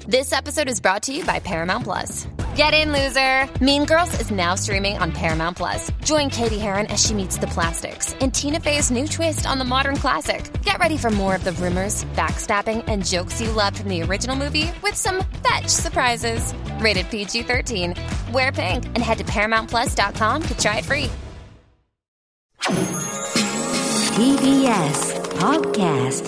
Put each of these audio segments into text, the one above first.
This episode is brought to you by Paramount Plus. Get in, loser! Mean Girls is now streaming on Paramount Plus. Join Katie Heron as she meets the plastics in Tina Fey's new twist on the modern classic. Get ready for more of the rumors, backstabbing, and jokes you loved from the original movie with some fetch surprises. Rated PG-13. Wear pink and head to ParamountPlus.com to try it free. TBS Podcast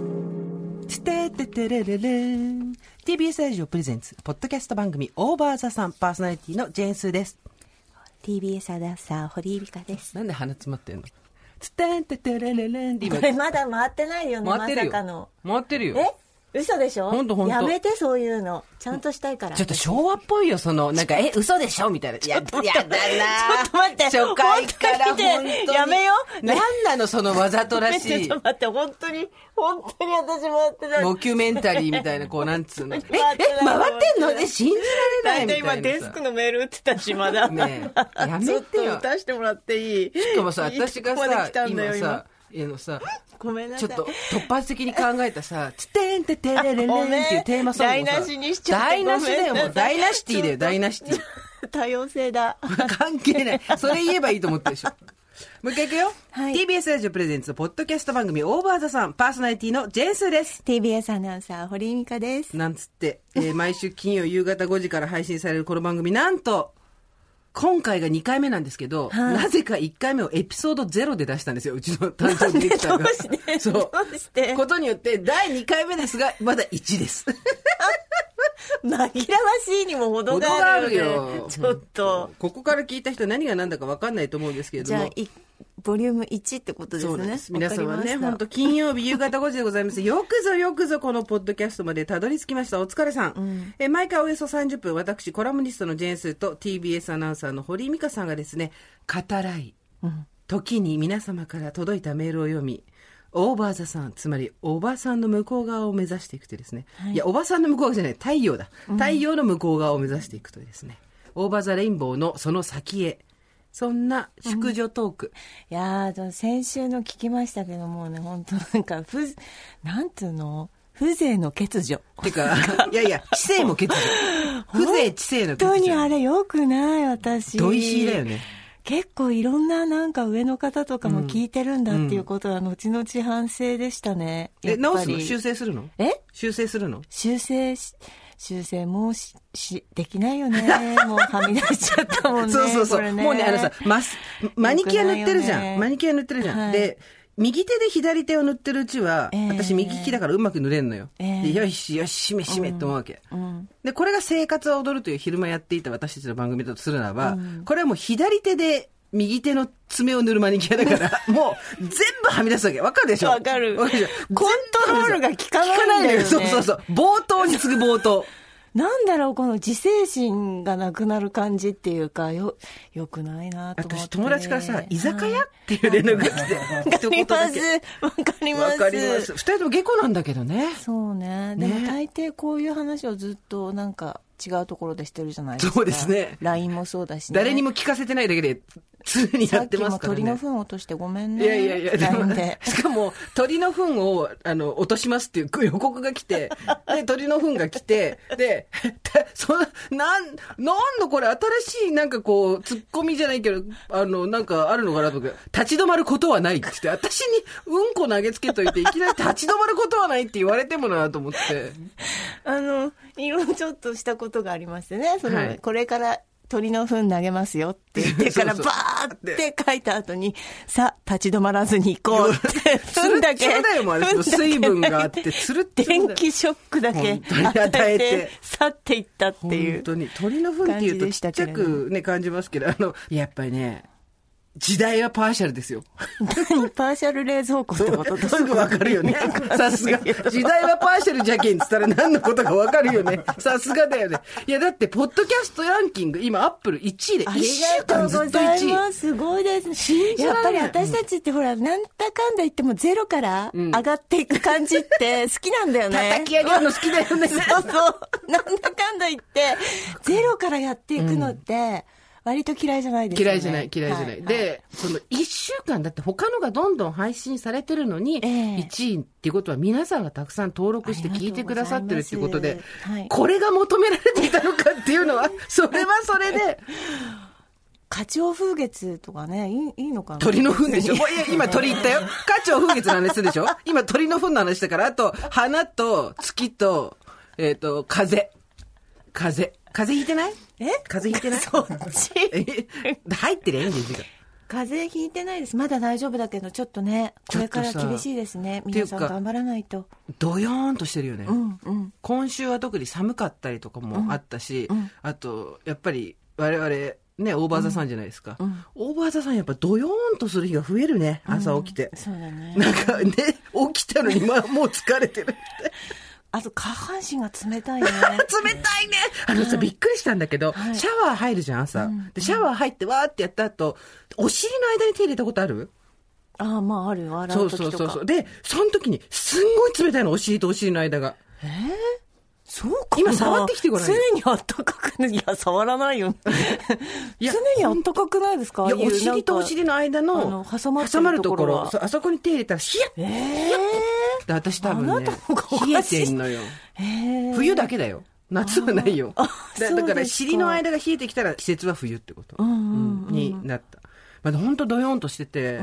TBS ラジオプレゼンツポッドキャスト番組オーバーザさん、パーソナリティのジェーンスーです。 TBS アナウンサー堀井美香です。 なんで鼻詰まってんの？つてんててれれれんって今これまだ回ってないよね。 回ってるよ、 まさかの回ってるよ。 嘘でしょ？ ほんとやめて、そういうのちゃんとしたいから。 ちょっと昭和っぽいよ、そのなんか嘘でしょみたいな。やだな。ちょっと待って、 初回から本当にやめよう。 なんなのそのわざとらしい。 ちょっと待って、本当に私回ってない。 モキュメンタリーみたいな、こうなんつうの。回ってんの？信じられないみたいな。 今デスクのメール打ってたし、まだ。 ねえ、やめてよ。 ちょっと打たしてもらっていい？ しかもさ、私がさ、今さ、 ごめんなさい。 ちょっと突発的に考えたさ、つてんててれれれんっていうテーマソングをさ、 台無しにしちゃって。 台無しだよ、もう。ダイナシティだよ、ダイナシティ。 多様性だ。 関係ない。それ言えばいいと思ってるでしょ。もう一回いくよ。 はい、 TBS ラジオプレゼンツポッドキャスト番組オーバーザさん、パーソナリティのジェーンスーです。 TBS アナウンサー堀井美香です。 なんつって、毎週金曜夕方5時から配信されるこの番組、なんと今回が2回目なんですけど、なぜか1回目をエピソード0で出したんですよ、うちの担当ディレクターが。 どうしてそうどうしてことによって第2回目ですがまだ1です。 紛らわしいにも程があるよね。ちょっとここから聞いた人何が何だか分かんないと思うんですけれども、 じゃあボリューム1ってことですね。 そうです。皆様ね、本当金曜日夕方5時でございます。よくぞこのポッドキャストまでたどり着きました。お疲れさん。毎回およそ30分、私コラムニストのジェーンスーと TBS アナウンサーの堀井美香さんがですね、語らい、時に皆様から届いたメールを読み、オーバーザさん、つまりおばさんの向こう側を目指していくとですね、いやおばさんの向こう側じゃない、太陽だ、太陽の向こう側を目指していくとですね、オーバーザレインボーのその先へ、そんな淑女トーク。 いやー、先週の聞きましたけどもね、本当なんかなんていうの、風情の欠如てかいや知性も欠如、風情知性の欠如。 本当にあれ良くない。私土石だよね。 結構いろんななんか上の方とかも聞いてるんだっていうことは後々反省でしたね。 直すの？修正するの？修正するの？修正もできないよね。もうはみ出しちゃったもんね。 そう、 ね、 もうね、さ、マニキュア塗ってるじゃん。マニキュア塗ってるじゃん。はい、で、右手で左手を塗ってるうちは、私右利きだからうまく塗れんのよ。で、よし、しめって思うわけ。で、これが生活は踊るという昼間やっていた私たちの番組だとするならば、これはもう左手で、右手の爪を塗るマニキュアだから、もう全部はみ出すわけ。わかるでしょ？ わかる。コントロールが効かないんだよね。 そう。冒頭に次ぐ冒頭。 なんだろう、この自制心がなくなる感じっていうか、よくないなと思って。 私友達からさ、居酒屋っていう連絡が来て。 わかります。 二人とも下戸なんだけどね。 そうね。でも大抵こういう話をずっとなんか違うところでしてるじゃないですか。 そうですね。 LINE もそうだしね。 誰にも聞かせてないだけで、常にやってますからね。 さっきも鳥の糞を落としてごめんね。 いやでしかも鳥の糞を落としますっていう予告が来て、で鳥の糞が来て、でなんだこれ新しいなんかこうツッコミじゃないけどなんかあるのかなとか、立ち止まることはないって言って、私にうんこ投げつけといていきなり立ち止まることはないって言われてもなと思って、 いろいろちょっとしたことがありましてね、はい、これから鳥の糞投げますよって言ってからバーって書いた後にさあ立ち止まらずに行こうって糞だけ水分があってつるって電気ショックだけ与えて去っていったっていう。 本当に鳥の糞っていうとちっちゃくね感じますけど、やっぱりね時代はパーシャルですよ。 何パーシャル冷蔵庫ってことすぐわかるよね。さすが。時代はパーシャルじゃけんって言ったら何のことかわかるよね。さすがだよね。いやだってポッドキャストランキング今アップル1位で1週間ずっと1位。 すごいですね。やっぱり私たちってほら、なんだかんだ言ってもゼロから上がっていく感じって好きなんだよね。 叩き上げるの好きだよね。 そう。なんだかんだ言ってゼロからやっていくのって、 割と嫌いじゃないですよね。 嫌いじゃない。で、その1週間だって他のがどんどん配信されてるのに、1位っていうことは皆さんがたくさん登録して聞いてくださってるっていうことで、これが求められていたのかっていうのは、それはそれで、 花鳥風月とかね、いいのかな。 鳥の糞でしょ。今鳥言ったよ。花鳥風月の話するでしょ。今鳥の糞の話だから、あと、花と月と、風邪ひいてない？風邪ひいてない？ そっち。 入ってりゃいいんですよ。 風邪ひいてないです。まだ大丈夫だけど、ちょっとね、これから厳しいですね。皆さん頑張らないと。 ドヨーンとしてるよね。今週は特に寒かったりとかもあったし、あと、やっぱり我々、ね、オーバーザさんじゃないですか。オーバーザさんやっぱドヨーンとする日が増えるね。朝起きて。 そうだね。 なんかね、起きたのにもう疲れてるって。 あと下半身が冷たいね。 冷たいね。さ、びっくりしたんだけど、シャワー入るじゃん、朝。で、シャワー入ってわーってやった後、お尻の間に手入れたことある？ ああ、まあある。洗う時とか。 そう。で、その時に、すんごい冷たいの、お尻とお尻の間が。 そうかな。 今触ってきてごらん。 常にあったかくない。いや、触らないよ。常にあったかくないですか？ いや、お尻とお尻の間の、挟まるところ、あそこに手入れたら、ヒヤッ私多分ね、冷えてんのよ。冬だけだよ。夏はないよ。だから、尻の間が冷えてきたら、季節は冬ってこと。になった。まだ本当ドヨーンとしてて、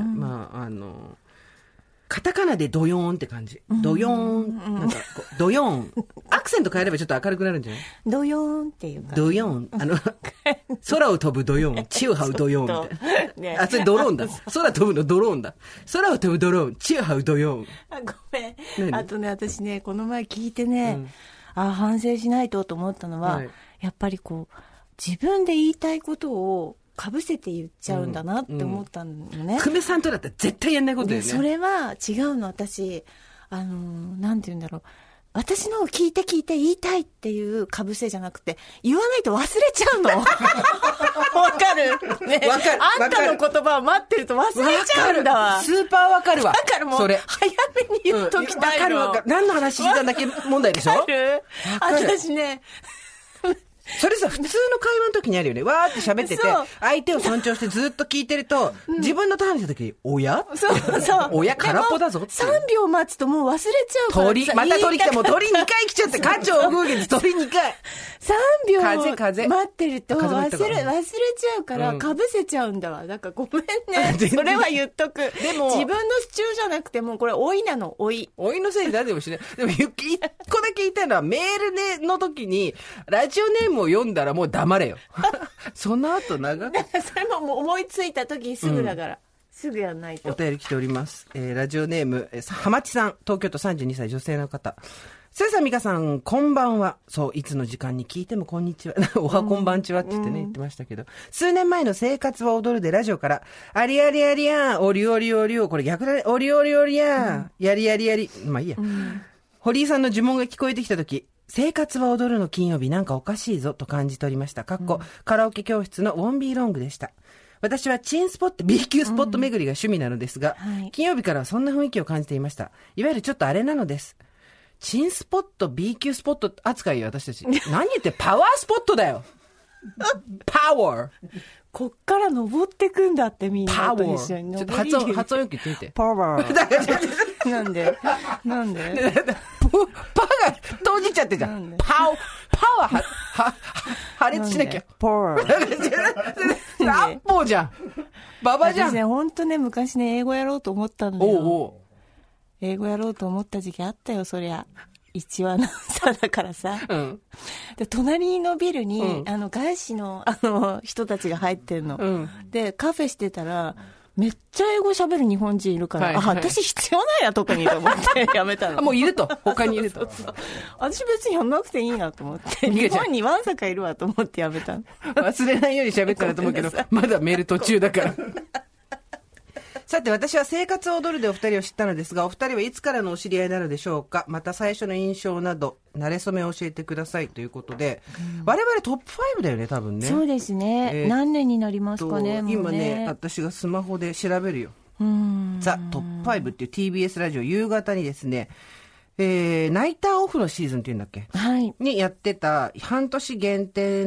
カタカナでドヨーンって感じ。ドヨーン。なんかこう、ドヨーン。アクセント変えればちょっと明るくなるんじゃない？ ドヨーンっていうか。 ドヨーン。空を飛ぶドヨーン。地を這うドヨーンみたいな。それドローンだ。空飛ぶのドローンだ。空を飛ぶドローン。地を這うドヨーン。 ごめん。あとね、私ね、この前聞いてね、反省しないと思ったのは、やっぱりこう、自分で言いたいことを、かぶせて言っちゃうんだなって思ったのね。 久米さんとだったら絶対やんないことだよね。 それは違うの。私、なんて言うんだろう。私のを聞いて言いたいっていうかぶせじゃなくて、言わないと忘れちゃうの。わかるね。わかる。あんたの言葉を待ってると忘れちゃうんだわ。 スーパーわかるわ。 だからもう、早めに言っときたいの。 わかる。何の話してたんだっけ問題でしょ？わかる。 私ね、 それさ、普通の会話の時にあるよね。わーって喋ってて、相手を尊重してずっと聞いてると、自分のターンした時に、親？ そう。 親空っぽだぞって。 3秒待つともう忘れちゃうから。 また鳥来た。もう鳥2回来ちゃって、花鳥風月鳥2回。 3秒風待ってると忘れちゃうから、かぶせちゃうんだわ。だからごめんね。それは言っとく。でも、自分の主張じゃなくても、これ老いなの、老い。 老いのせいになってもしない。でも、一個だけ言いたいのは、メールの時に、ラジオネームを読んだらもう黙れよ。その後長く。 それも思いついた時すぐだから。すぐやんないと。 お便り来ております。ラジオネーム、浜地さん、東京都32歳女性の方。せいさん、みかさん、こんばんは。そう、いつの時間に聞いてもこんにちは。おはこんばんちはって言ってね、言ってましたけど。数年前の生活は踊るでラジオから、ありありありやん、おりおりおりお、これ逆だね、おりおりおりやん、やりやりやり。まあいいや。堀井さんの呪文が聞こえてきたとき、生活は踊るの金曜日なんかおかしいぞと感じ取りました。カラオケ教室のウォンビーロングでした。私はチンスポット、B 級スポット巡りが趣味なのですが、金曜日からはそんな雰囲気を感じていました。いわゆるちょっとあれなのです。チンスポット、B 級スポット扱いよ、私たち。何言ってパワースポットだよ。パワー。 こっから登ってくんだってみんなと一緒に。 ちょっと発音よく言ってみて。 パワー。なんでパが閉じちゃってじゃん。パワー破裂しなきゃ。 パワー。 乱暴じゃん。ババじゃん。 私ね、ほんとね、昔ね、英語やろうと思ったんだよ。英語やろうと思った時期あったよ、そりゃ。一話アナウンサーだからさ。で、隣のビルに、外資の、人たちが入ってるの。で、カフェしてたら、めっちゃ英語喋る日本人いるから、私必要ないな、特にと思ってやめたの。 もういると。他にいると。 私別にやんなくていいなと思って。日本にわんさかいるわと思ってやめたの。 忘れないように喋ったらと思うけど、まだメール途中だから。さて、私は生活を踊るでお二人を知ったのですが、お二人はいつからのお知り合いなのでしょうか。また最初の印象など、馴れ初めを教えてくださいということで、我々トップ5だよね、多分ね。 そうですね。何年になりますかね、 今ね、私がスマホで調べるよ。ザ・トップ5っていう TBS ラジオ夕方にですね、ナイターオフのシーズンっていうんだっけ、にやってた半年限定の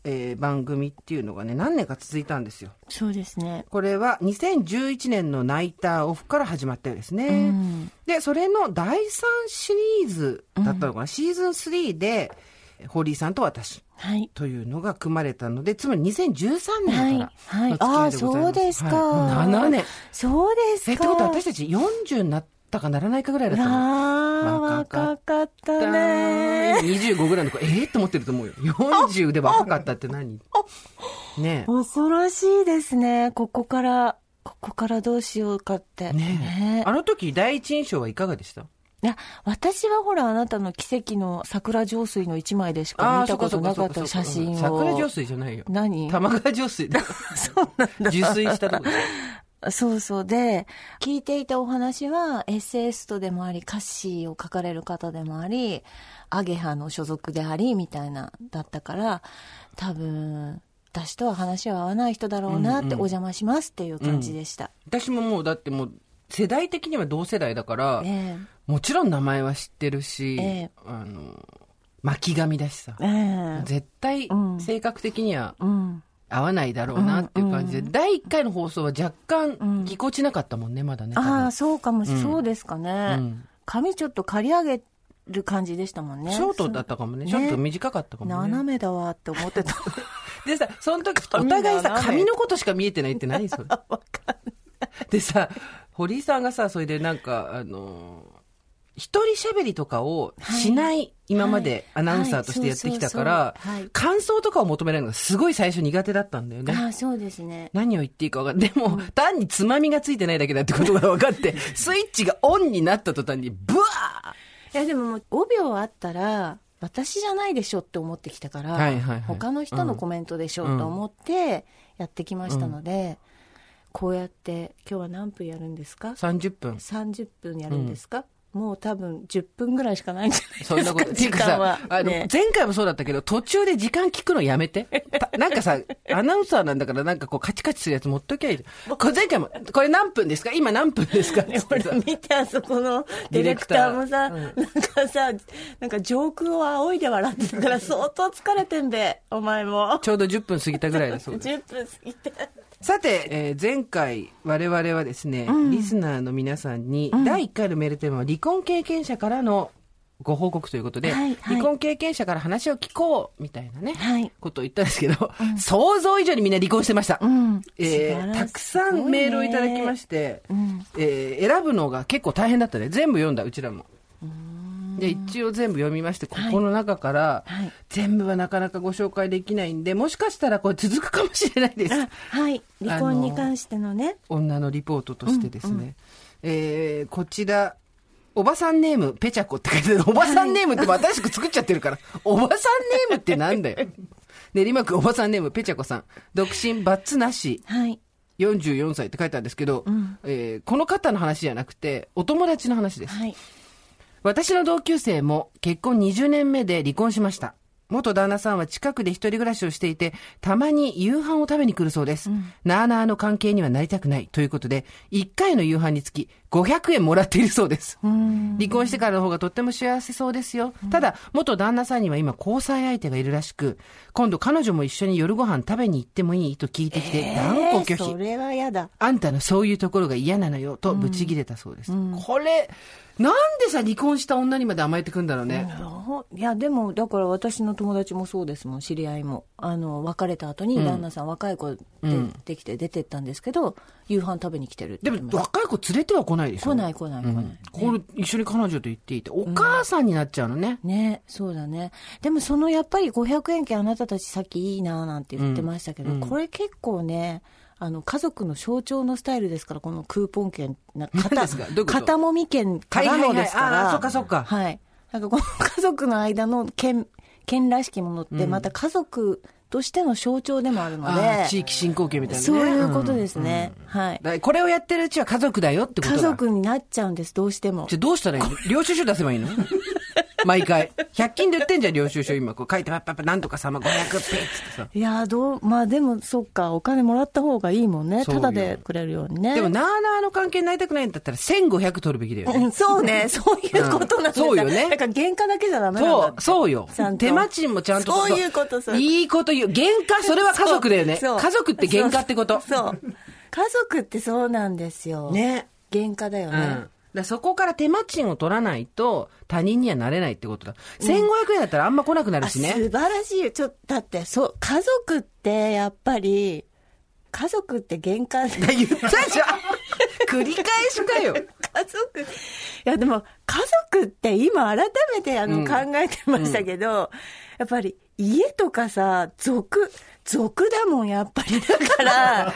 番組っていうのがね、何年か続いたんですよ。 そうですね。 これは2011年のナイターオフから始まったようですね。で、それの第3シリーズだったのかな、シーズン3で、堀井さんと私というのが組まれたので、つまり2013年からの付き合いでございます。 ああ、そうですか。 はい、7年。 そうですか。 ってことは私たち40になったかならないかぐらいだったの。 ああ、若かったね。 25ぐらいの子、と思ってると思うよ。40で若かったって何ねえ。 恐ろしいですね。ここからどうしようかって。 ねえ。あの時第一印象はいかがでした？ いや、私はほら、あなたの奇跡の桜上水の一枚でしか見たことなかった写真を。 桜上水じゃないよ。 何？ 玉川上水だ。 そうなんだ。 受水したとこそうそうで、聞いていたお話はエッセイストでもあり、歌詞を書かれる方でもあり、アゲハの所属でありみたいなだったから、多分私とは話は合わない人だろうなって、お邪魔しますっていう感じでした。 私ももうだってもう世代的には同世代だから、もちろん名前は知ってるし、巻き髪だしさ、絶対性格的には合わないだろうなっていう感じで、第1回の放送は若干ぎこちなかったもんね、まだね。 ああ、そうかも、そうですかね。髪ちょっと刈り上げる感じでしたもんね。 ショートだったかもね。ちょっと短かったかもね。 斜めだわって思ってた。 でさ、その時お互いさ、髪のことしか見えてないって何それ。 わかんない。 でさ、堀井さんがさ、それでなんか、一人喋りとかをしない今までアナウンサーとしてやってきたから、感想とかを求められるのがすごい最初苦手だったんだよね。 ああ、そうですね。 何を言っていいか分かんない。でも、単につまみがついてないだけだってことが分かって、スイッチがオンになった途端に、ブワー！ いや、でももう5秒あったら、私じゃないでしょって思ってきたから、他の人のコメントでしょと思ってやってきましたので、こうやって今日は何分やるんですか ？30分。 30分やるんですか？もう多分10分ぐらいしかないんじゃないですか。 そんなこと。 時間は、 前回もそうだったけど、途中で時間聞くのやめて。なんかさ、アナウンサーなんだからなんかこうカチカチするやつ持っときゃいいじゃん。これ前回も、これ何分ですか？今何分ですか？ これ見て、あそこのディレクターもさ、なんかさ、なんか上空を仰いで笑ってたから相当疲れてんで、お前も。 ちょうど10分過ぎたぐらいだそうです。 10分過ぎて。 さて、前回我々はですね、リスナーの皆さんに第1回のメールテーマは離婚経験者からのご報告ということで、離婚経験者から話を聞こうみたいなね、ことを言ったんですけど、想像以上にみんな離婚してました。たくさんメールをいただきまして、選ぶのが結構大変だったね。全部読んだ、うちらも。で一応全部読みまして、ここの中から、全部はなかなかご紹介できないんで、もしかしたらこれ続くかもしれないです。 離婚に関してのね、 女のリポートとしてですね、こちらおばさんネームペチャコって書いてある。おばさんネームって新しく作っちゃってるからおばさんネームってなんだよ。練馬区おばさんネームペチャコさん、独身バツなし、44歳って書いてあるんですけど、この方の話じゃなくてお友達の話です。私の同級生も結婚20年目で離婚しました。元旦那さんは近くで一人暮らしをしていて、たまに夕飯を食べに来るそうです。なあなあの関係にはなりたくないということで、1回の夕飯につき500円もらっているそうです。離婚してからの方がとっても幸せそうですよ。ただ、元旦那さんには今交際相手がいるらしく、今度彼女も一緒に夜ご飯食べに行ってもいいと聞いてきて、断固拒否。 それは嫌だ。 あんたのそういうところが嫌なのよとブチ切れたそうです。これ、なんでさ、離婚した女にまで甘えてくんだろうね。 いや、でも、だから私の友達もそうですもん、知り合いも。別れた後に旦那さん、若い子できて出てったんですけど、夕飯食べに来てるってでも、若い子連れては来ないでしょ。 来ない。これ、一緒に彼女と言っていて、お母さんになっちゃうのね。 ね、そうだね。でも、やっぱり500円券あなたたちさっきいいななんて言ってましたけど、これ結構ね、家族の象徴のスタイルですから、このクーポン券、肩もみ券からのですから。 そっかそっか。 はい。なんかこの家族の間の券らしきものって、また家族としての象徴でもあるので。 地域振興券みたいなね。 そういうことですね。はい。 これをやってるうちは家族だよってことだ。 家族になっちゃうんです、どうしても。 じゃあどうしたらいいの？領収書出せばいいの？ 毎回。100均で売ってんじゃん、領収書今。こう書いて、パッパッパ、なんとか様500ペッつってさ。 いやまあでも、そっか、お金もらった方がいいもんね。ただでくれるようにね。 でも、なーなーの関係になりたくないんだったら、1500取るべきだよね。 そうね、そういうことなんだ。 そうよね。 だから原価だけじゃダメなんだって。 そうよ。手間賃もちゃんと。 そういうこと、 いいこと言う。原価、それは家族だよね。家族って原価ってこと。 そう。家族ってそうなんですよ。ね。原価だよね。 そこから手間賃を取らないと他人にはなれないってことだ。1500円だったらあんま来なくなるしね。 素晴らしいよ。だって、そう、家族ってやっぱり、家族って原価。 言ったじゃん。繰り返しかよ。 家族。いやでも、家族って今改めて考えてましたけど、やっぱり家とかさ、族だもん、やっぱり。だから。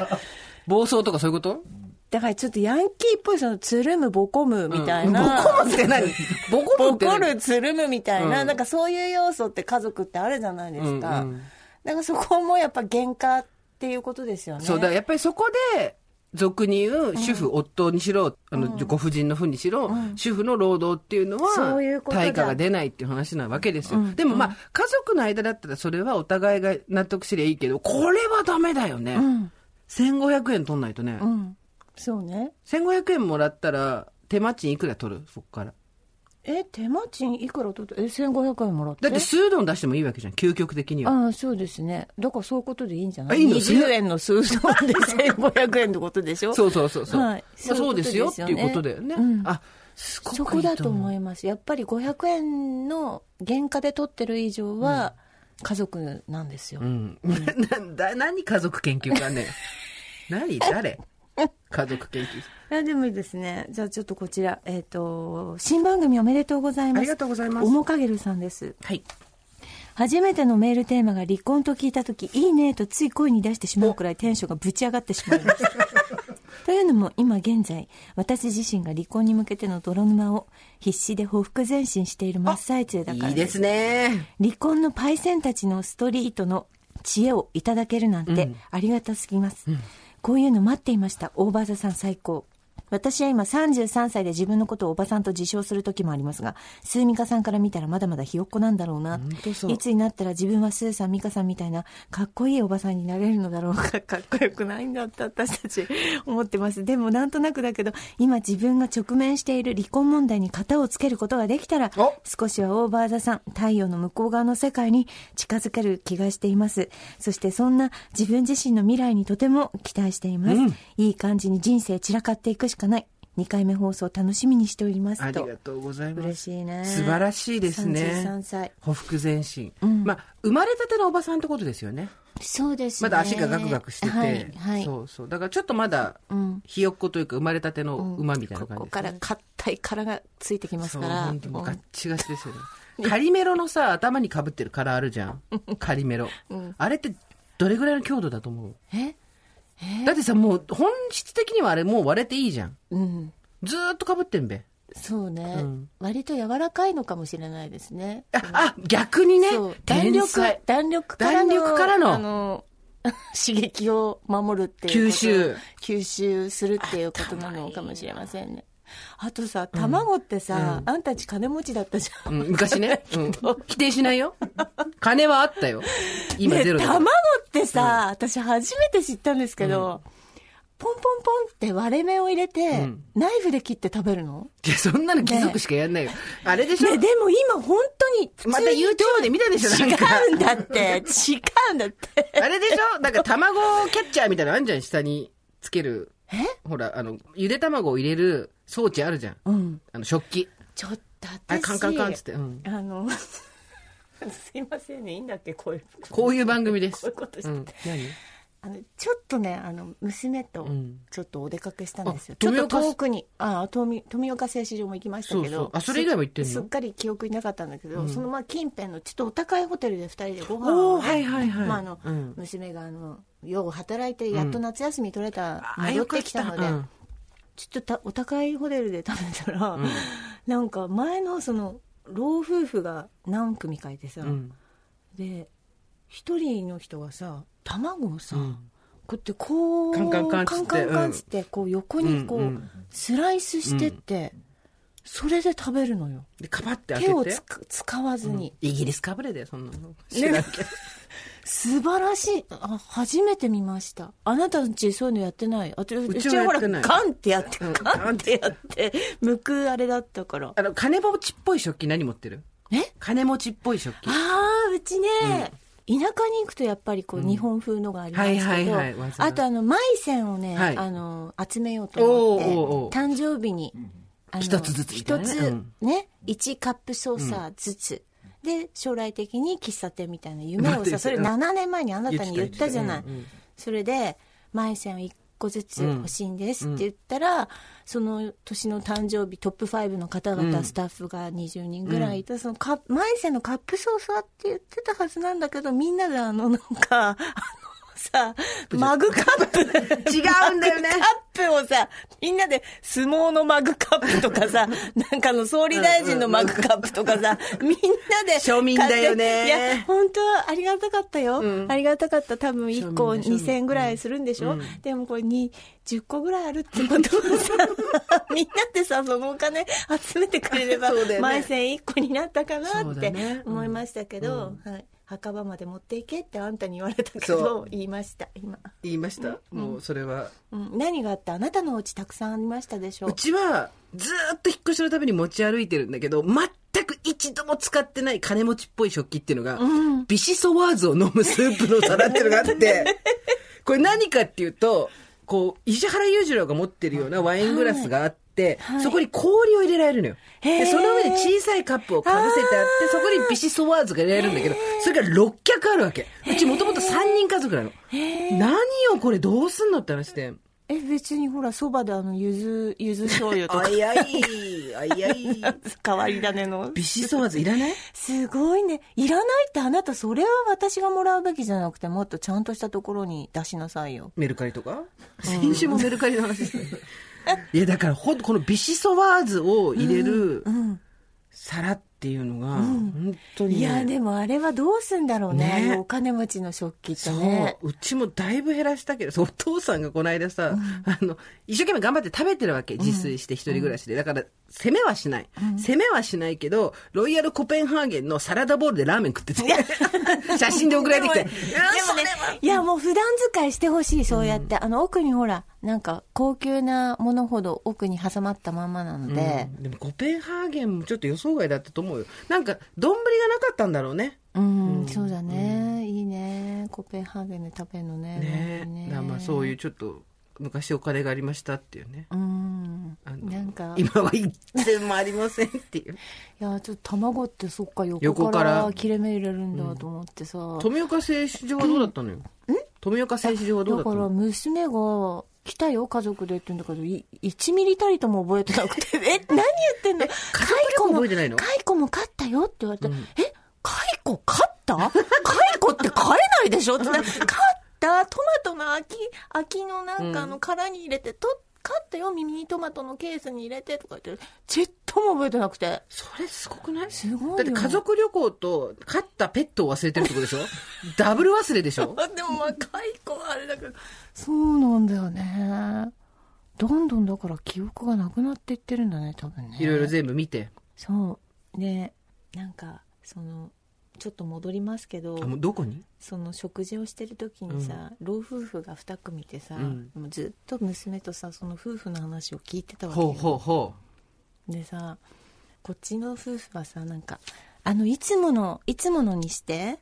暴走とかそういうこと？ だからちょっとヤンキーっぽい、つるむ、ぼこむみたいな。 ぼこむって何？ぼこむって何？ ぼこる、つるむみたいな、なんかそういう要素って家族ってあるじゃないですか。だからそこもやっぱ原価っていうことですよね。 そう、だからやっぱりそこで、俗に言う主婦、夫にしろ、ご婦人のふうにしろ、主婦の労働っていうのは、対価が出ないっていう話なわけですよ。でもまあ、家族の間だったらそれはお互いが納得すりゃいいけど、これはダメだよね。1500円取んないとね。 そうね。 1500円もらったら、手間賃いくら取る？そっから。 手間賃いくら取って、1500円もらって。 だって数うどん出してもいいわけじゃん、究極的には。 ああ、そうですね。だからそういうことでいいんじゃない？ 20 円の数うどんで1500円ってことでしょ？ そうそうそうそう。 はい。 そうですよっていうことだよね。あ、すごくいいと思う。 そこだと思います。やっぱり500円の原価で取ってる以上は、家族なんですよ。 何家族研究家ね。誰家族研究者。でもいいですね。じゃあちょっとこちら、新番組おめでとうございます。 ありがとうございます。 おもかげるさんです。 はい。 初めてのメールテーマが離婚と聞いたとき、いいねとつい声に出してしまうくらいテンションがぶち上がってしまいました。というのも今現在、私自身が離婚に向けての泥沼を必死でほふ前進している真っ最中だからです。 いいですね。 離婚のパイセンたちのストリートの知恵をいただけるなんてありがたすぎます。こういうの待っていました。オーバーザさん最高。私は今33歳で自分のことをおばさんと自称する時もありますが、スーミカさんから見たらまだまだひよっこなんだろうな。いつになったら自分はスーさん、ミカさんみたいなかっこいいおばさんになれるのだろうか。かっこよくないんだって私たち思ってます。でもなんとなくだけど、今自分が直面している離婚問題に型をつけることができたら、少しはオーバーザさん、太陽の向こう側の世界に近づける気がしています。そしてそんな自分自身の未来にとても期待しています。いい感じに人生散らかっていくしかない。2回目放送楽しみにしておりますと。 ありがとうございます。 嬉しいね。 素晴らしいですね。 33歳。 ほふ前進。まあ、生まれたてのおばさんってことですよね。 そうですね。 まだ足がガクガクしてて。 はい。 そうそう。だからちょっとまだ、ひよっこというか生まれたての馬みたいな感じですね。 ここから硬い殻がついてきますから。 本当にガッチガチですよね。カリメロのさ、頭に被ってる殻あるじゃん。カリメロ。あれってどれぐらいの強度だと思う？だってさ、もう本質的にはあれもう割れていいじゃん。ずーっと被ってんべ。 そうね、割と柔らかいのかもしれないですね。 逆にね。 弾力からの刺激を守るっていう吸収するっていうことなのかもしれませんね。あとさ、卵ってさ、あんたち金持ちだったじゃん。 昔ね。否定しないよ。金はあったよ。今ゼロだ。 卵ってさ、私初めて知ったんですけど、ポンポンポンって割れ目を入れて、ナイフで切って食べるの？ いや、そんなの貴族しかやんないよ。あれでしょ？ でも今本当に、 また YouTube で見たでしょ？ 違うんだって。 あれでしょ？なんか卵キャッチャーみたいなのあんじゃん、下につける。ほら、ゆで卵を入れる装置あるじゃん。食器。 ちょっと私。カンカンカンつって。 すいませんね、いいんだっけ、こういう番組です。 こういうことして。 何？ ちょっとね、娘とちょっとお出かけしたんですよ。ちょっと遠くに、富岡製糸場も行きましたけど、 それ以外も行ってんの？ すっかり記憶になかったんだけど、その近辺のちょっとお高いホテルで2人でご飯を、娘がよう働いてやっと夏休み取れた、戻ってきたので、ちょっとお高いホテルで食べたら、なんか前のその老夫婦が何組かいてさ、で一人の人がさ、卵をさ、こうやってカンカンカンつってこう横にこうスライスしてって、 それで食べるのよ。 で、カパって開けて。 手を使わずに。 イギリスかぶれだよ、そんなの。知らんけど。 素晴らしい。初めて見ました。あなたんちそういうのやってない？うちはやってない。 ガンってやって、ガンってやって、剥くあれだったから。 金持ちっぽい食器何持ってる？金持ちっぽい食器。 うちね、田舎に行くとやっぱりこう日本風のがありますけど、あとマイセンをね、集めようと思って、誕生日に、 一つずつ、 一つね、1カップソーサーずつ。で、将来的に喫茶店みたいな夢をさ、それ7年前にあなたに言ったじゃない。それで、マイセンを1個ずつ欲しいんですって言ったら、その年の誕生日トップ5の方々、スタッフが20人ぐらいいた、そのマイセンのカップソーサーって言ってたはずなんだけど、みんなでなんか、さ、マグカップ違うんだよね。 カップをさ、みんなで相撲のマグカップとかさ、なんか総理大臣のマグカップとかさ、みんなで。 庶民だよね。 いや、本当はありがたかったよ。ありがたかった。多分1個2000円ぐらいするんでしょ、でもこれ10個ぐらいあるってことはさ、みんなでさ、そのお金集めてくれれば、マイセン1個になったかなって思いましたけど、はい。墓場まで持っていけってあんたに言われたけど、言いました、今。 言いました、もうそれは、 何があった？あなたのお家たくさんありましたでしょ？ うちは、ずっと引っ越しのために持ち歩いてるんだけど、全く一度も使ってない金持ちっぽい食器っていうのが、ビシソワーズを飲むスープの皿っていうのがあって、これ何かっていうと、こう、石原裕次郎が持ってるようなワイングラスがあって、そこに氷を入れられるのよ。で、その上で小さいカップをかぶせてあって、そこにビシソワーズが入れられるんだけど、それが6脚あるわけ。うちもともと3人家族なの。何をこれどうすんのって話で。 別にほら、そばで柚子醤油とか。 あいあい。 変わり種の。 ビシソワーズいらない？ すごいね。いらないってあなた、それは私がもらうべきじゃなくて、もっとちゃんとしたところに出しなさいよ。 メルカリとか？先週もメルカリの話ですね。いや、だからこのビシソワーズを入れる皿っていうのが、本当に、ね。 いや、でもあれはどうすんだろうね。お金持ちの食器ってね。 そう。うちもだいぶ減らしたけど、お父さんがこの間さ、一生懸命頑張って食べてるわけ。自炊して一人暮らしで。だから、攻めはしない。攻めはしないけど、ロイヤルコペンハーゲンのサラダボウルでラーメン食ってて。写真で送られてきて。でもね、いや、もう普段使いしてほしい、そうやって。奥にほら、なんか高級なものほど奥に挟まったまんまなので。 でもコペンハーゲンもちょっと予想外だったと思うよ。なんか、丼がなかったんだろうね。 そうだね。いいね。コペンハーゲンで食べるのね。 ね。まあそういうちょっと、昔お金がありましたっていうね。 なんか今は一銭もありませんっていう。いや、ちょっと卵ってそっか、横から切れ目入れるんだと思ってさ。 富岡製糸場はどうだったのよ。富岡製糸場はどうだったの？ だから娘が、来たよ家族でって言うんだけど、1ミリたりとも覚えてなくて、何言ってんの？ 家族旅行覚えてないの？ 蚕も飼ったよって言われて、蚕飼った？蚕って飼えないでしょって飼ったトマトの秋のなんか殻に入れて飼ったよ、ミニトマトのケースに入れてとか言って、ちっとも覚えてなくて。 それすごくない？ すごいよ。 だって家族旅行と飼ったペットを忘れてるってことでしょ？ダブル忘れでしょ？ でも蚕はあれだけど、そうなんだよね。どんどんだから記憶がなくなっていってるんだね、多分ね。 いろいろ全部見て。 そうで、なんかちょっと戻りますけど、 もうどこに？ その食事をしてる時にさ、老夫婦が2組いてさ、もうずっと娘とさ、その夫婦の話を聞いてたわけよ。でさ、こっちの夫婦はさ、なんかいつものにして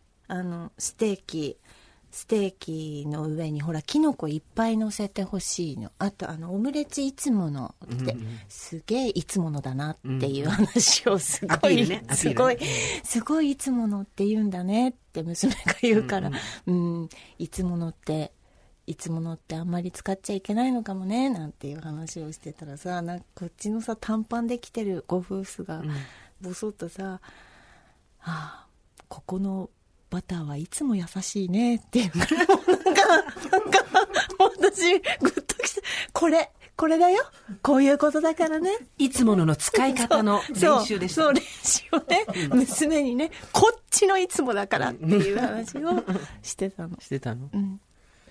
ステーキの上にほらキノコいっぱい乗せてほしいの。あとオムレツいつものって、すげえいつものだなっていう話をすごいいつものって言うんだねって娘が言うから、いつものってあんまり使っちゃいけないのかもねなんていう話をしてたらさ、なんかこっちのさ短パンで来てるご夫婦がボソッとさ、ここのバターはいつも優しいねっていうから、なんか私グッときて、これだよ、こういうことだからね、 いつもの使い方の練習でした。 そう練習をね、娘にね、こっちのいつもだからっていう話をしてたの。 してたの。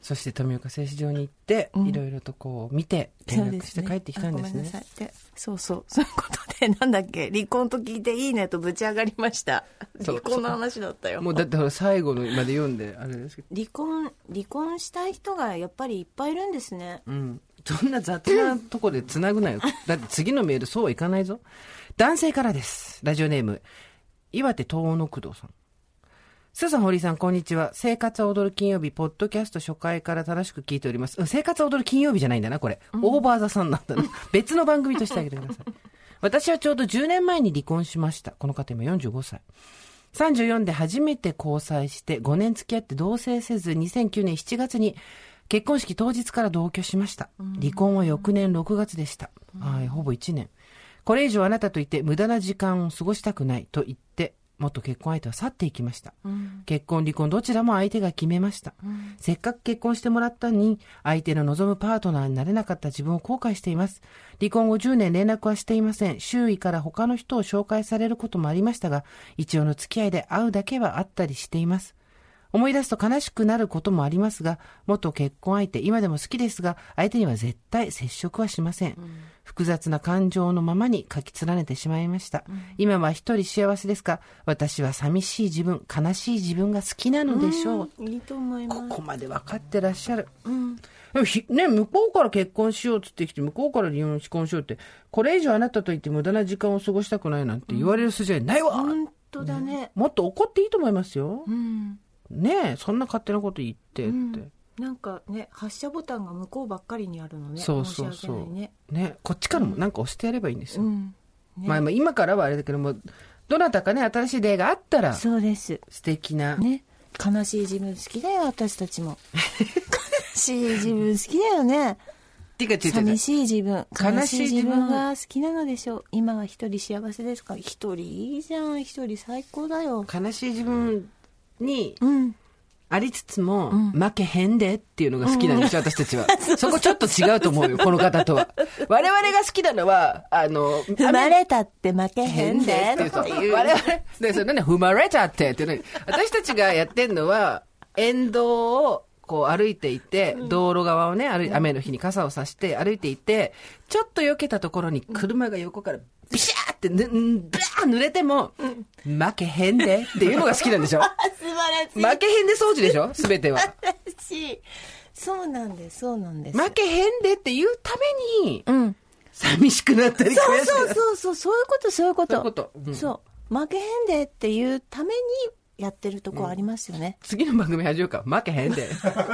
そして富岡製糸場に行って、いろいろとこう見て連絡して帰ってきたんですね。 ごめんなさい。で、そういうことで、なんだっけ、離婚と聞いていいねとぶち上がりました。離婚の話だったよ。 もうだってほら最後のまで読んであれですけど。 離婚したい人がやっぱりいっぱいいるんですね。 うん。そんな雑なとこで繋ぐなよ。だって次のメールそうはいかないぞ。男性からです。ラジオネーム、岩手東の工藤さん。スーさん、堀井さん、こんにちは。生活は踊る金曜日、ポッドキャスト初回から正しく聞いております。生活は踊る金曜日じゃないんだな、これ。オーバーザさんなんだな。別の番組としてあげてください。私はちょうど10年前に離婚しました。この方今45歳。34で初めて交際して5年付き合って同棲せず、2009年7月に結婚式当日から同居しました。離婚は翌年6月でした。はい、ほぼ1年。これ以上あなたといて無駄な時間を過ごしたくないと言って、元結婚相手は去っていきました、結婚離婚どちらも相手が決めました、せっかく結婚してもらったのに相手の望むパートナーになれなかった自分を後悔しています。離婚後10年連絡はしていません。周囲から他の人を紹介されることもありましたが、一応の付き合いで会うだけはあったりしています。思い出すと悲しくなることもありますが、元結婚相手今でも好きですが、相手には絶対接触はしません、複雑な感情のままに書き連ねてしまいました、今は一人幸せですか？私は寂しい自分、悲しい自分が好きなのでしょう、 いいと思います。 ここまで分かってらっしゃる、でもね、向こうから結婚しようって言ってきて、向こうから離婚しようって、これ以上あなたといって無駄な時間を過ごしたくないなんて言われる筋合いないわ、 本当だね、 もっと怒っていいと思いますよ、ねえ、そんな勝手なこと言ってって、 なんかね、発射ボタンが向こうばっかりにあるのね。 そう申し訳ないね。 ね、こっちからもなんか押してやればいいんですよ、まあ今からはあれだけども、どなたかね新しい出会いがあったら、 そうです、 素敵なね、悲しい自分好きだよ私たちも悲しい自分好きだよね寂しい自分、悲しい自分が好きなのでしょう。今は一人幸せですか？一人いいじゃん、一人最高だよ。 悲しい自分にありつつも、負けへんでっていうのが好きなんですよ、私たちは。そこちょっと違うと思うよ、この方とは。我々が好きなのは、 踏まれたって負けへんでっていう。 我々、で、それね、踏まれたってっていうの、私たちがやってんのは、沿道をこう歩いていて、道路側をね、雨の日に傘を差して歩いていて、ちょっと避けたところに車が横からビシャーって濡れても、負けへんでっていうのが好きなんでしょ。 素晴らしい。 負けへんで掃除でしょ、すべては。 素晴らしい。そうなんです、そうなんです。 負けへんでっていうために、寂しくなったり悔しくなったり。 そういうこと。 そういうこと。 そう。負けへんでっていうためにやってるとこありますよね。 次の番組始めようか。負けへんで。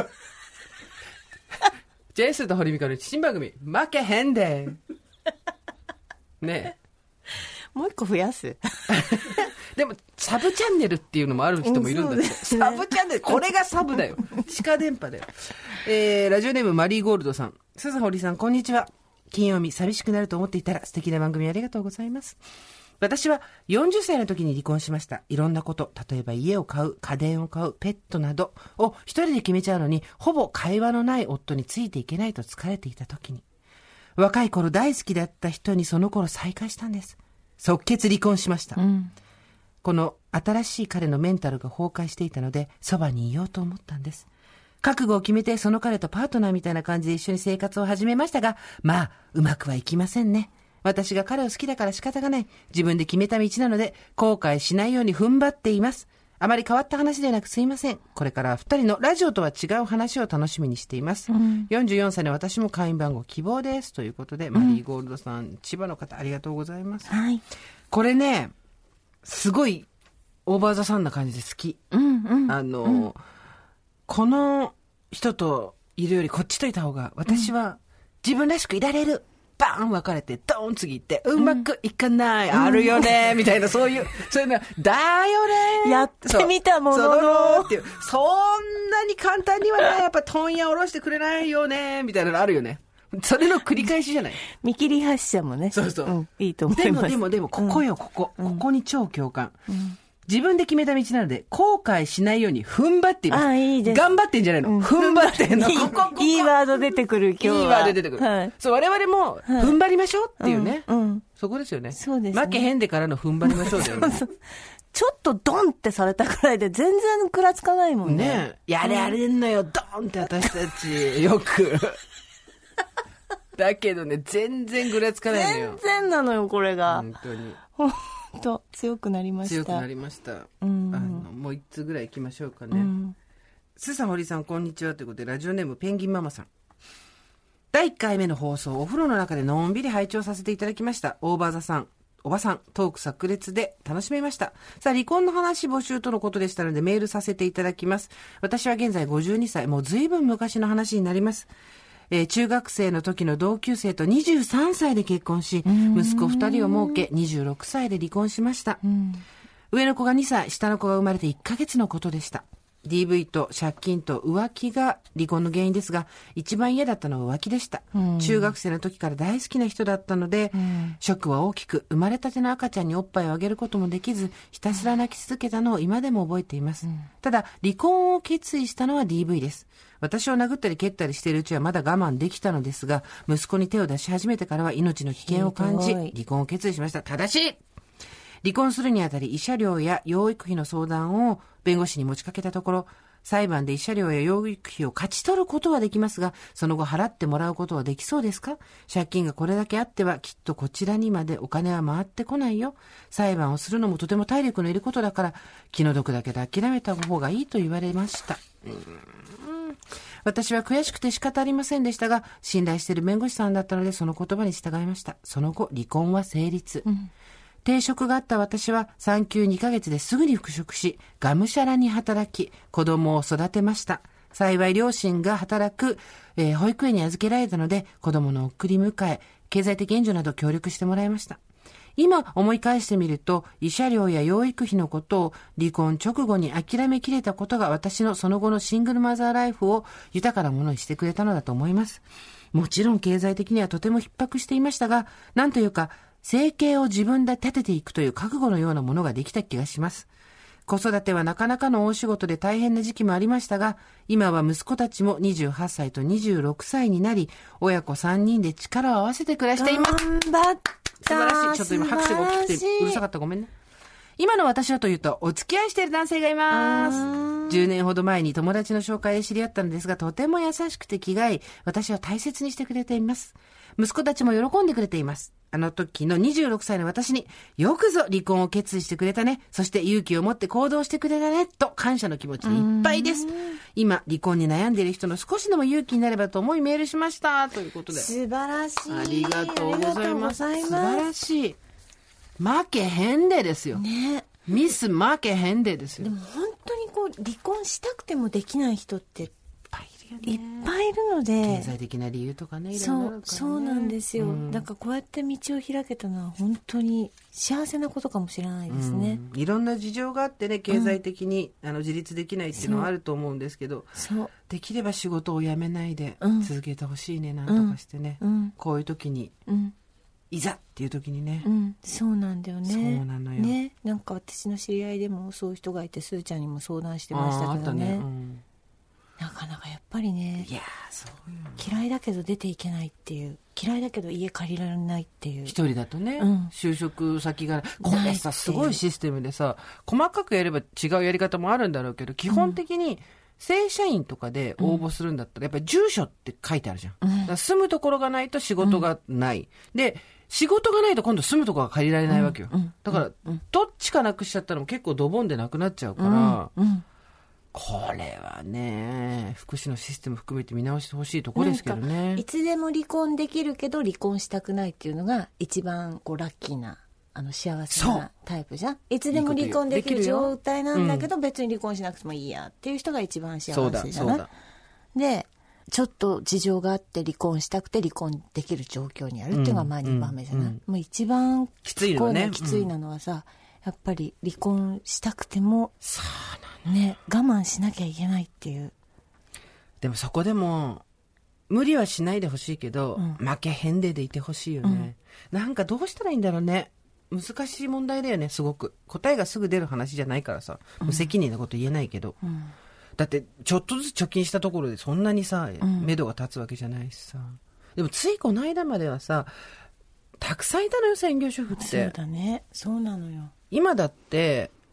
ジェイスと堀美香の新番組、負けへんで。ねえ。 もう一個増やす。 でもサブチャンネルっていうのもある人もいるんだって、サブチャンネル、これがサブだよ。地下電波だよ。ラジオネームマリーゴールドさん、笹堀さん、こんにちは。金曜日寂しくなると思っていたら素敵な番組ありがとうございます。私は40歳の時に離婚しました。いろんなこと、例えば家を買う、家電を買う、ペットなどを一人で決めちゃうのに、ほぼ会話のない夫についていけないと疲れていた時に、若い頃大好きだった人にその頃再会したんです。即決離婚しました、この新しい彼のメンタルが崩壊していたので、そばにいようと思ったんです。覚悟を決めてその彼とパートナーみたいな感じで一緒に生活を始めましたが、まあうまくはいきませんね。私が彼を好きだから仕方がない。自分で決めた道なので後悔しないように踏ん張っています。あまり変わった話でなくすいません。これから二人のラジオとは違う話を楽しみにしています、44歳の私も会員番号希望ですということで、マリーゴールドさん、千葉の方ありがとうございます、 はい、 これねすごいオーバーザさんな感じで好き、この人といるよりこっちといた方が私は自分らしくいられる、バーン別れてドーン次行ってうまくいかない、あるよねみたいな、そういうのだよねやってみたもののっていう、そんなに簡単にはねやっぱ問屋下ろしてくれないよねみたいなのあるよね。それの繰り返しじゃない。 見切り発車もね、 そう、 いいと思います。 でもここよ、ここに超共感、自分で決めた道なので後悔しないように踏ん張っています。 いいです。 頑張ってんじゃないの、踏ん張ってんの。 いいワード出てくる、今日は。 いいワード出てくる、はい、そう、我々も踏ん張りましょうっていうね、そこですよね。 そうですね。 負けへんでからの踏ん張りましょうだよね。 ちょっとドンってされたくらいで全然くらつかないもんね。 ねえ。やれんのよ、ドンって私たち、よく。だけどね、全然ぐらつかないのよ。 全然なのよ、これが。 本当に。 本当、強くなりました。 強くなりました。もう一通ぐらい行きましょうかね。スーさん、堀さん、こんにちは。ということで、ラジオネーム、ペンギンママさん。第1回目の放送、お風呂の中でのんびり拝聴させていただきました。オーバーザさん、おばさん、トーク炸裂で楽しめました。さあ、離婚の話募集とのことでしたのでメールさせていただきます。私は現在52歳、もう随分昔の話になります。中学生の時の同級生と23歳で結婚し、息子2人を設け、26歳で離婚しました。上の子が2歳、下の子が生まれて1ヶ月のことでした。DV と借金と浮気が離婚の原因ですが、一番嫌だったのは浮気でした。中学生の時から大好きな人だったので、ショックは大きく、生まれたての赤ちゃんにおっぱいをあげることもできず、ひたすら泣き続けたのを今でも覚えています。ただ、離婚を決意したのは DV です。私を殴ったり蹴ったりしているうちはまだ我慢できたのですが、息子に手を出し始めてからは命の危険を感じ、離婚を決意しました。正しい！離婚するにあたり、慰謝料や養育費の相談を弁護士に持ちかけたところ、裁判で慰謝料や養育費を勝ち取ることはできますが、その後払ってもらうことはできそうですか？借金がこれだけあっては、きっとこちらにまでお金は回ってこないよ。裁判をするのもとても体力のいることだから、気の毒だけど諦めた方がいいと言われました。私は悔しくて仕方ありませんでしたが、信頼している弁護士さんだったので、その言葉に従いました。その後、離婚は成立。定職があった私は産休2ヶ月ですぐに復職し、がむしゃらに働き、子供を育てました。幸い両親が働く、保育園に預けられたので、子供の送り迎え、経済的援助など協力してもらいました。今思い返してみると、慰謝料や養育費のことを離婚直後に諦めきれたことが私のその後のシングルマザーライフを豊かなものにしてくれたのだと思います。もちろん経済的にはとても逼迫していましたが、なんというか、生計を自分で立てていくという覚悟のようなものができた気がします。子育てはなかなかの大仕事で大変な時期もありましたが、今は息子たちも28歳と26歳になり、親子3人で力を合わせて暮らしています。 頑張った。 素晴らしい。ちょっと今拍手が大きくてうるさかった。ごめんね。今の私はというと、お付き合いしている男性がいます。10年ほど前に友達の紹介で知り合ったのですが、とても優しくて気がいい。私は大切にしてくれています。息子たちも喜んでくれています。あの時の26歳の私によくぞ離婚を決意してくれたね。そして勇気を持って行動してくれたね。と感謝の気持ちでいっぱいです。今、離婚に悩んでいる人の少しでも勇気になればと思いメールしました。ということで。 素晴らしい。 ありがとうございます。 素晴らしい。負けへんでですよ。 ね。 ミス負けへんでですよ。 でも本当にこう離婚したくてもできない人っていっぱいいるので、 経済的な理由とかね、 そうなんですよ、だからこうやって道を開けたのは本当に幸せなことかもしれないですね、 いろんな事情があってね、経済的に、自立できないっていうのはあると思うんですけど、できれば仕事を辞めないで続けてほしいね、なんとかしてね、こういう時に、いざっていう時にね、 そうなんだよね。 そうなのよ、 ね、なんか私の知り合いでもそういう人がいて、すーちゃんにも相談してましたけどね、なかなかやっぱりね、 いやそうよ、 嫌いだけど出ていけないっていう、嫌いだけど家借りられないっていう、 一人だとね、就職先がこれさ、すごいシステムでさ、細かくやれば違うやり方もあるんだろうけど、基本的に正社員とかで応募するんだったら、やっぱり住所って書いてあるじゃん、だから住むところがないと仕事がない、で仕事がないと今度住むところが借りられないわけよ、だから、どっちかなくしちゃったらも結構ドボンでなくなっちゃうから、これはね、福祉のシステム含めて見直してほしいところですけどね。 いつでも離婚できるけど離婚したくないっていうのが一番こうラッキーな、幸せなタイプじゃん。いつでも離婚できる状態なんだけど、別に離婚しなくてもいいやっていう人が一番幸せじゃない。で、ちょっと事情があって離婚したくて離婚できる状況にあるっていうのがまあ2番目じゃない。もう一番きついのね、 きついなのはさ、やっぱり離婚したくてもね、我慢しなきゃいけないっていう。 でもそこでも無理はしないでほしいけど、負けへんでいてほしいよね、なんかどうしたらいいんだろうね。難しい問題だよね、すごく。答えがすぐ出る話じゃないからさ、無責任なこと言えないけど、だってちょっとずつ貯金したところでそんなにさ、目処が立つわけじゃないしさ。でもついこの間まではさ、たくさんいたのよ、専業主婦って。 そうだね、そうなのよ。 今だって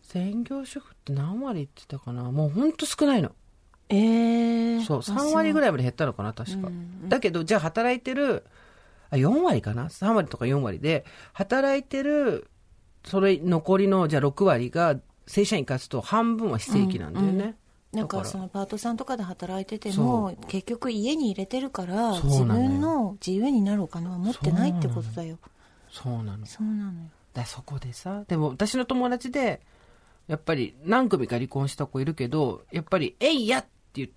専業主婦って何割って言ったかな。もうほんと少ないの。そう、3割ぐらいまで減ったのかな、確か。だけど、じゃあ働いてる、4割かな ?3 割とか4割で、働いてる、それ残りの、じゃあ6割が正社員活と半分は非正規なんだよね。 なんかそのパートさんとかで働いてても、結局家に入れてるから、自分の自由になるお金は持ってないってことだよ。 そうなの。 そうなのよ。 そこでさ、でも私の友達で、やっぱり何組か離婚した子いるけど、やっぱり、えいやって言って、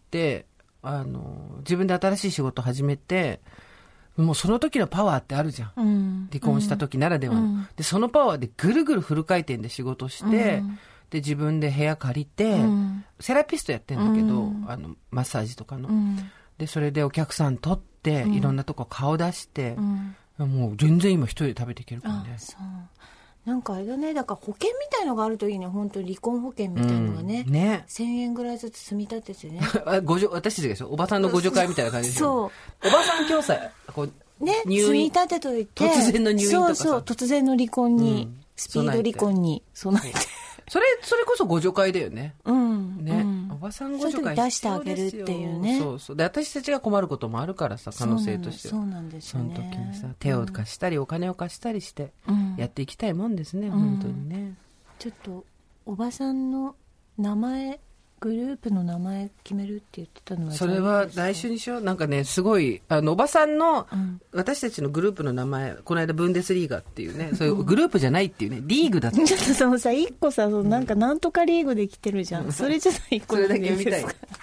自分で新しい仕事始めて、もうその時のパワーってあるじゃん。離婚した時ならではの。で、そのパワーでぐるぐるフル回転で仕事して、で、自分で部屋借りて、セラピストやってんだけど、マッサージとかの。で、それでお客さん取って、いろんなとこ顔出して、もう全然今一人で食べていけるからね。 そう。なんかあれだね、だから保険みたいのがあるといいね、本当に離婚保険みたいのがね。 ね。 1000円ぐらいずつ積み立ててね。 私たちでしょ、おばさんの互助会みたいな感じですよ。そう。おばさん共済。 ね、積み立てといて。 突然の入院とかさ。 そう、突然の離婚に、スピード離婚に備えて。 それこそ互助会だよね。ね。おばさん互助会出してあげるっていうね。 そう。で、私たちが困ることもあるからさ、可能性としては。 そうなんですよね。 その時にさ、手を貸したり、お金を貸したりして、やっていきたいもんですね、本当にね。 ちょっと、おばさんの名前、グループの名前決めるって言ってたのは、 それは来週にしよう。なんかね、すごい、おばさんの、私たちのグループの名前、この間ブンデスリーガっていうね、そういうグループじゃないっていうね、リーグだった。 ちょっとそのさ、一個さ、なんかなんとかリーグで来てるじゃん。それじゃない、 それだけ見たい。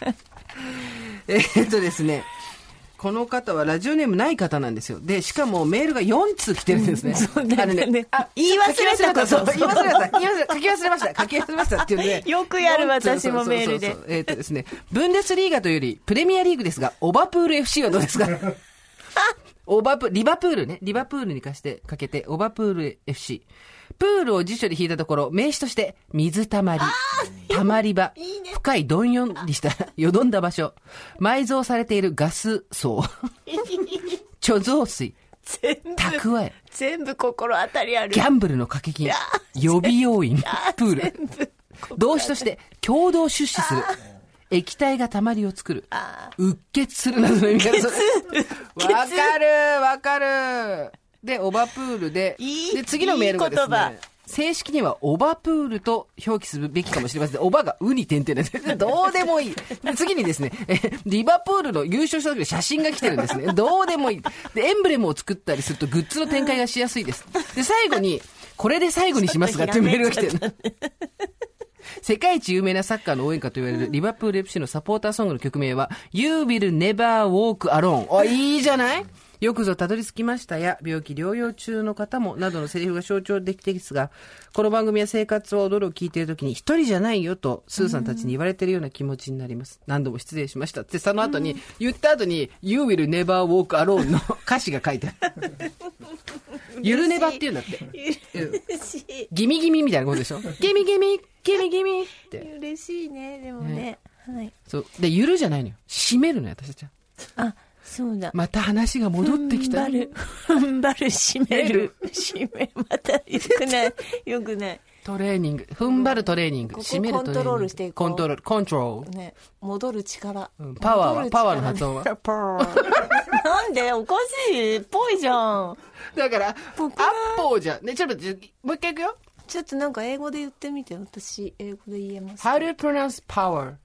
ですね。この方はラジオネームない方なんですよ。で、しかもメールが4通来てるんですね。 そうだね。 言い忘れたこと。言い忘れた。書き忘れましたっていうね。 よくやる私もメールで。 ですね、ブンデスリーガというよりプレミアリーグですが、オバプール FC はどうですか？リバプールね。リバプールにかけて、オバプール FC。プールを辞書で引いたところ、名詞として、水たまり、たまり場、深いどんよりしたよどんだ場所、埋蔵されているガス層、貯蔵水、蓄え、 全部心当たりある。 ギャンブルの掛け金、予備要員、プール、動詞として、共同出資する。液体がたまりを作る。うっ血するなどの意味がする。わかる。で、オバプールで、次のメールがですね、正式にはオバプールと表記するべきかもしれません。オバがウに点々です。どうでもいい。で、次にですね、リバプールの優勝した時の写真が来てるんですね。どうでもいい。で、エンブレムを作ったりするとグッズの展開がしやすいです。で、最後に、これで最後にしますがっていうメールが来てる。世界一有名なサッカーの応援歌と言われるリバプール FC のサポーターソングの曲名は You will never walk alone。いいじゃない？よくぞたどり着きましたや、病気療養中の方も、などのセリフが象徴できてですが、この番組は生活は踊るを聞いているときに、一人じゃないよと、スーさんたちに言われているような気持ちになります。何度も失礼しましたって、その後に、言った後に、You will never walk alone の歌詞が書いてある。ゆるねばって言うんだって。ギミギミみたいなことでしょ？ギミギミって。 嬉しいね、でもね。はい。 そう。で、ゆるじゃないのよ。締めるのよ、私たちは。 そうだ。 また話が戻ってきた。 踏ん張る、締める。また、よくない。 トレーニング。踏ん張るトレーニング。締めるトレーニング。 コントロールしていこう。 コントロール。 ね。戻る力。 パワーの発音は。 なんでおかしいっぽいじゃん。 だから、アッポーじゃん。ね、ちょっと待って、もう一回いくよ。 ちょっとなんか英語で言ってみて。私、英語で言えます。 How do you pronounce power?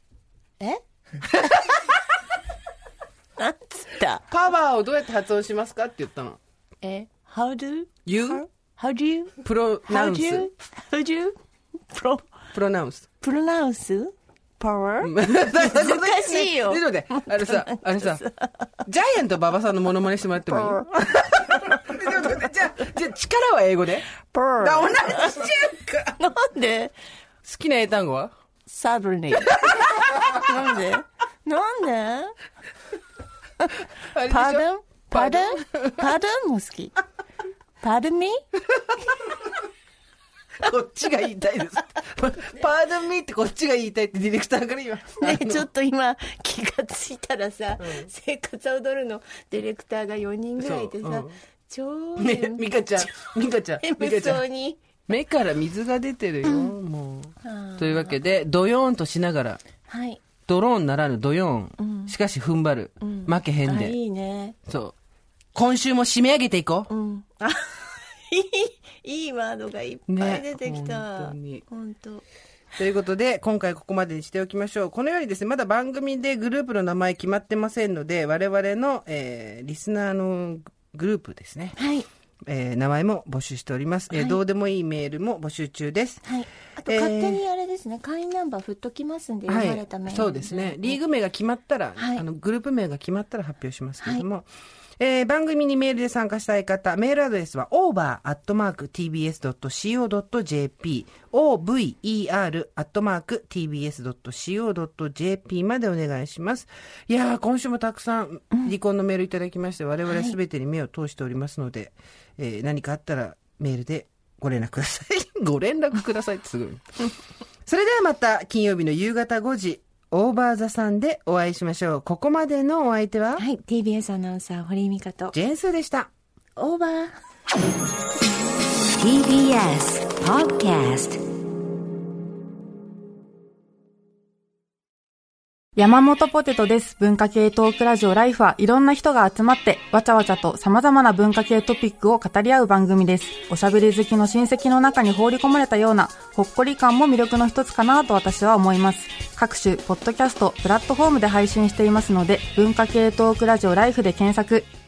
なんつったパワーをどうやって発音しますかって言ったの。 How do you pronounce power? 難しいよ。 であれさ、ジャイアント馬場さんのモノマネしてもらってもいい？じゃあ力は英語で？同じじゃんか。 なんで？ 好きな英単語は？ Suddenly。なんで？Pardon も好き。Pardon me? こっちが言いたいです。Pardon me ってこっちが言いたいってディレクターから言わね、ちょっと今気がついたらさ、生活は踊るのディレクターが4人ぐらいいてさ、超ね、ミカちゃん。 そうに目から水が出てるよ、もう。というわけで、ドヨーンとしながら、 はい。 ドローンならぬドヨーン。しかし踏ん張る。負けへんで。 いいね。 そう。今週も締め上げていこう。 いいワードがいっぱい出てきた。 本当に。 本当。 ということで、今回ここまでにしておきましょう。このようにですね、まだ番組でグループの名前決まってませんので、我々の、リスナーのグループですね。 はい。 名前も募集しております。 はい、 どうでもいいメールも募集中です。 はい。あと、勝手にあれですね、会員ナンバー振っときますんで、読まれたメール、 そうですね。リーグ名が決まったら、グループ名が決まったら発表しますけれども、番組にメールで参加したい方、メールアドレスは over@tbs.co.jp over@tbs.co.jp までお願いします。いやー、今週もたくさん離婚のメールいただきまして、我々すべてに目を通しておりますので、何かあったらメールでご連絡ください。ご連絡くださいってすごい。それではまた金曜日の夕方5時、オーバーザさんでお会いしましょう。ここまでのお相手は、 はい、TBS アナウンサー堀井美香とジェーンスーでした。 オーバー。 TBS Podcast。山本ポテトです。文化系トークラジオライフはいろんな人が集まってわちゃわちゃと様々な文化系トピックを語り合う番組です。おしゃべり好きの親戚の中に放り込まれたようなほっこり感も魅力の一つかなと私は思います。各種ポッドキャストプラットフォームで配信していますので、文化系トークラジオライフで検索。